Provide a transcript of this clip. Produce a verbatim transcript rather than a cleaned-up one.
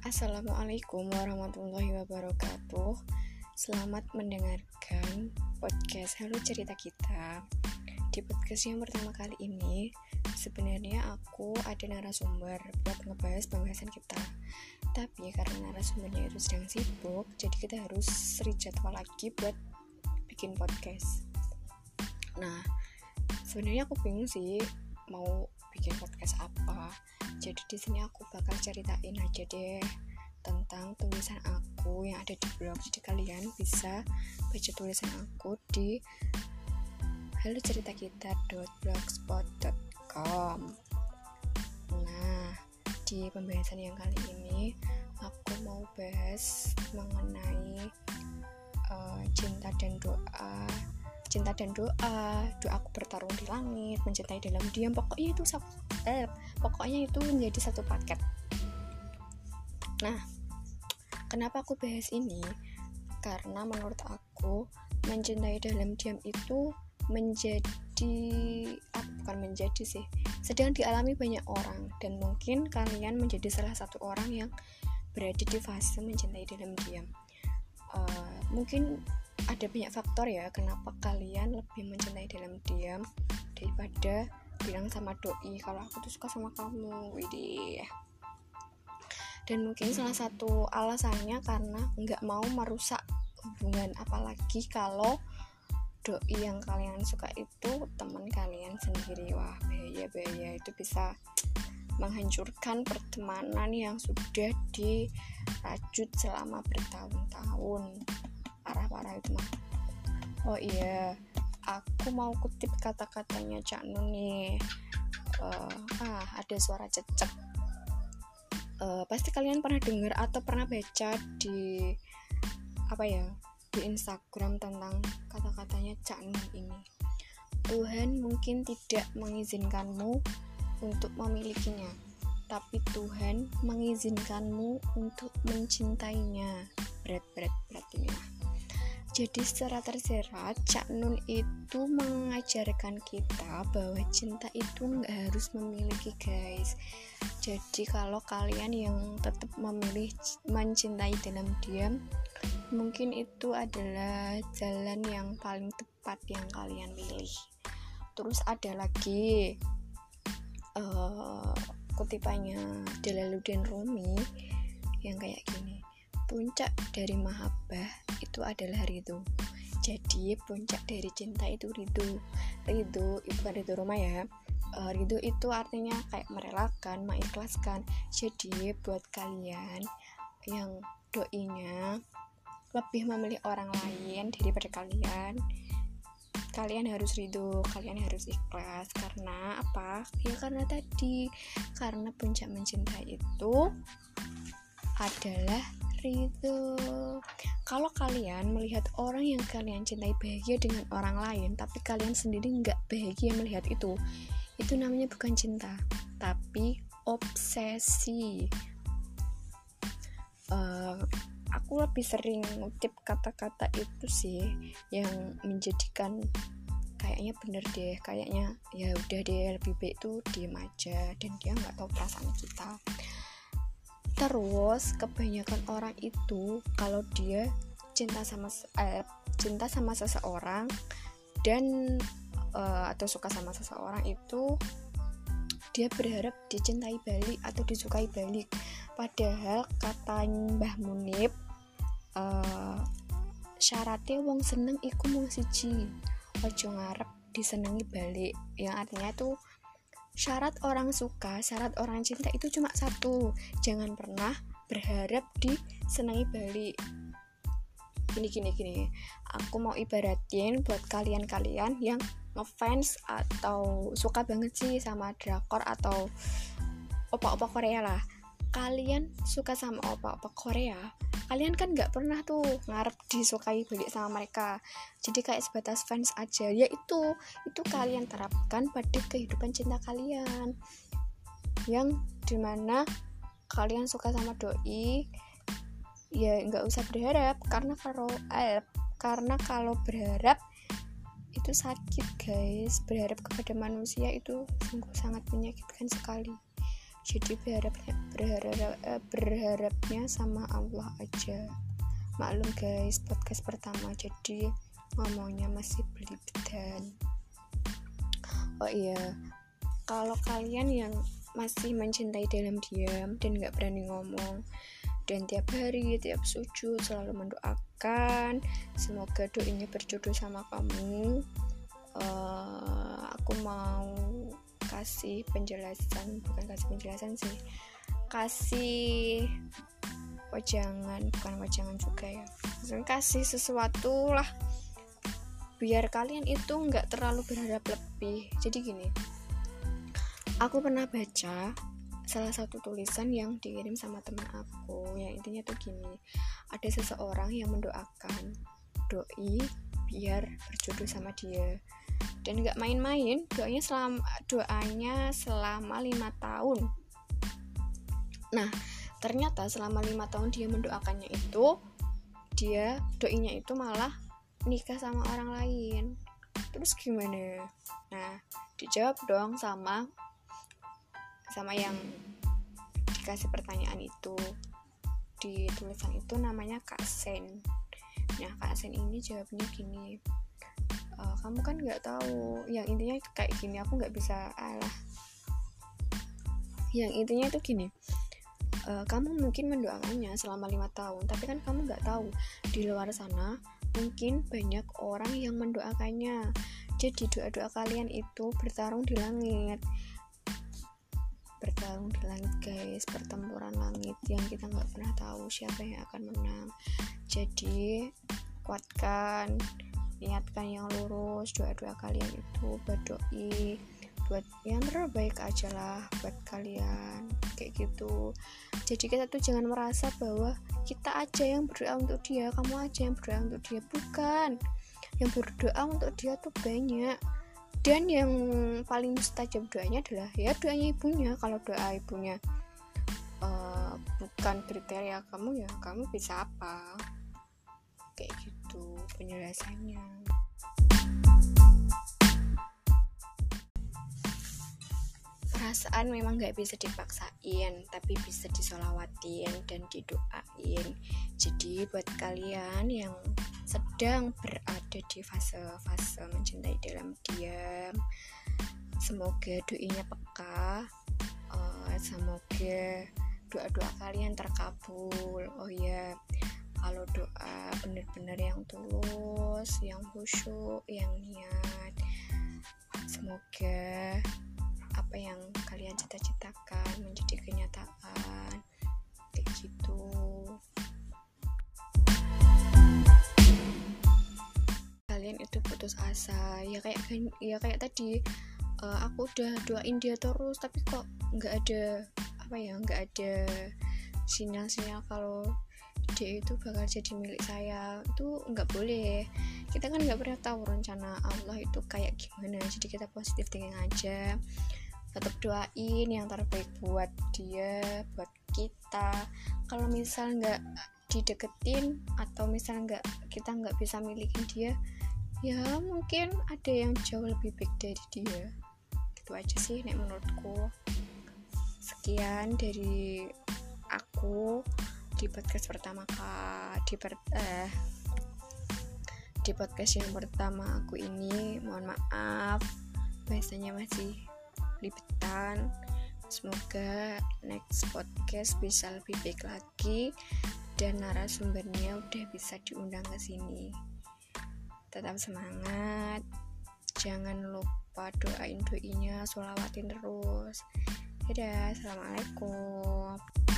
Assalamualaikum warahmatullahi wabarakatuh. Selamat mendengarkan podcast Halo Cerita Kita. Di podcast yang pertama kali ini, sebenarnya aku ada narasumber buat ngebahas pembahasan kita. Tapi karena narasumbernya itu sedang sibuk, jadi kita harus rejadwal lagi buat bikin podcast. Nah, sebenarnya aku bingung sih mau bikin podcast apa. Jadi di sini aku bakal ceritain aja deh tentang tulisan aku yang ada di blog. Jadi kalian bisa baca tulisan aku di halo cerita kita dot blogspot dot com. Nah, di pembahasan yang kali ini aku mau bahas mengenai uh, cinta dan doa. Cinta dan doa, doaku bertarung di langit, mencintai dalam diam, pokoknya itu eh, pokoknya itu menjadi satu paket. Nah, kenapa aku bahas ini? Karena menurut aku mencintai dalam diam itu menjadi, ah, bukan menjadi sih, sedang dialami banyak orang, dan mungkin kalian menjadi salah satu orang yang berada di fase mencintai dalam diam. Uh, mungkin ada banyak faktor ya kenapa kalian lebih mencintai dalam diam daripada bilang sama doi kalau aku tuh suka sama kamu, widih. Dan mungkin salah satu alasannya karena nggak mau merusak hubungan, apalagi kalau doi yang kalian suka itu teman kalian sendiri. Wah, bahaya-bahaya, itu bisa menghancurkan pertemanan yang sudah dirajut selama bertahun-tahun. Parah-parah itu mah. Oh iya, aku mau kutip kata-katanya Cak Nun nih. Uh, ah, ada suara cecek. Uh, pasti kalian pernah dengar atau pernah baca di apa ya di Instagram tentang kata-katanya Cak Nun ini. Tuhan mungkin tidak mengizinkanmu untuk memilikinya, tapi Tuhan mengizinkanmu untuk mencintainya. Berat-berat berat ini lah. Jadi secara tersirat Cak Nun itu mengajarkan kita bahwa cinta itu gak harus memiliki, guys. Jadi kalau kalian yang tetap memilih mencintai dalam diam, mungkin itu adalah jalan yang paling tepat yang kalian pilih. Terus ada lagi uh, kutipannya Jalaluddin Rumi yang kayak gini. Puncak dari mahabbah itu adalah ridho. Jadi puncak dari cinta itu ridho. Ridho itu bukan ridho Roma ya. Uh, ridho itu artinya kayak merelakan, mengikhlaskan. Jadi buat kalian yang doinya lebih memilih orang lain daripada kalian, kalian harus ridho, kalian harus ikhlas. Karena apa? Ya karena tadi, karena puncak mencintai itu adalah ridho. Kalau kalian melihat orang yang kalian cintai bahagia dengan orang lain, tapi kalian sendiri nggak bahagia melihat itu, itu namanya bukan cinta, tapi obsesi. Uh, aku lebih sering ngutip kata-kata itu sih, yang menjadikan kayaknya bener deh, kayaknya ya udah deh, lebih baik tuh diem aja, dan dia nggak tahu perasaan kita. Terus kebanyakan orang itu kalau dia cinta sama eh, cinta sama seseorang dan eh, atau suka sama seseorang itu dia berharap dicintai balik atau disukai balik. Padahal kata Mbah Munib, eh, syaratnya wong seneng iku mung siji, ojo ngarep disenengi balik. Yang artinya tuh syarat orang suka, syarat orang cinta itu cuma satu, jangan pernah berharap disenangi balik. Gini gini gini, aku mau ibaratin buat kalian-kalian yang ngefans atau suka banget sih sama drakor atau opa-opa Korea lah. Kalian suka sama opa-opa Korea, kalian kan gak pernah tuh ngarep disukai balik sama mereka. Jadi kayak sebatas fans aja. Ya itu, itu kalian terapkan pada kehidupan cinta kalian, yang dimana kalian suka sama doi, ya gak usah berharap. Karena kalau eh, karena kalau berharap itu sakit, guys. Berharap kepada manusia itu sungguh sangat menyakitkan sekali. Jadi berharapnya berharap eh, berharapnya sama Allah aja. Maklum guys, podcast pertama jadi ngomongnya masih belibetan. Oh iya, kalau kalian yang masih mencintai dalam diam dan gak berani ngomong, dan tiap hari, tiap sujud selalu mendoakan semoga doanya berjodoh sama kamu, uh, aku mau kasih penjelasan, bukan kasih penjelasan sih, kasih wajangan, bukan wajangan juga ya, maksudnya kasih sesuatu lah biar kalian itu nggak terlalu berharap lebih. Jadi gini, aku pernah baca salah satu tulisan yang dikirim sama teman aku, yang intinya tuh gini, ada seseorang yang mendoakan doi biar berjodoh sama dia, dan nggak main-main, doanya selama doanya selama lima tahun. Nah ternyata selama lima tahun dia mendoakannya itu, dia doinya itu malah nikah sama orang lain. Terus gimana? Nah dijawab dong sama sama yang dikasih pertanyaan itu. Di tulisan itu namanya Kak Sen. Nah Kak Sen ini jawabnya gini, e, kamu kan nggak tahu, yang intinya kayak gini, aku nggak bisa alah yang intinya itu gini, e, kamu mungkin mendoakannya selama lima tahun, tapi kan kamu nggak tahu di luar sana mungkin banyak orang yang mendoakannya. Jadi doa-doa kalian itu bertarung di langit, bertarung di langit guys, pertempuran langit yang kita nggak pernah tahu siapa yang akan menang. Jadi kuatkan, niatkan yang lurus, doa-doa kalian itu buat doi, buat yang terbaik aja lah buat kalian, kayak gitu. Jadi kita tuh jangan merasa bahwa kita aja yang berdoa untuk dia, kamu aja yang berdoa untuk dia, bukan, yang berdoa untuk dia tuh banyak. Dan yang paling mustajab doanya adalah ya doanya ibunya. Kalau doa ibunya uh, bukan kriteria kamu, ya kamu bisa apa, kayak gitu penjelasannya. Perasaan memang gak bisa dipaksain, tapi bisa disolawatin dan didoain. Jadi buat kalian yang sedang berada di fase-fase mencintai dalam diam, semoga doanya peka, uh, semoga doa-doa kalian terkabul. Oh ya, kalau doa benar-benar yang tulus, yang khusyuk, yang niat, semoga apa yang kalian cita-citakan menjadi kenyataan, kayak gitu. Kalian itu putus asa, ya kayak ya kayak tadi, uh, aku udah doain dia terus, tapi kok nggak ada apa ya, nggak ada sinyal-sinyal kalau dia itu bakal jadi milik saya. Itu nggak boleh, kita kan nggak pernah tahu rencana Allah itu kayak gimana. Jadi kita positif thinking aja, tetap doain yang terbaik buat dia, buat kita. Kalau misal nggak dideketin atau misal nggak kita nggak bisa milikin dia, ya mungkin ada yang jauh lebih baik dari dia. Gitu aja sih nek menurutku. Sekian dari aku di podcast pertama kak di per, eh, di podcast yang pertama aku ini. Mohon maaf bahasanya masih libetan. Semoga next podcast bisa lebih baik lagi dan narasumbernya udah bisa diundang ke sini. Tetap semangat, jangan lupa doain doinya, sholawatin terus. Dadah, assalamualaikum.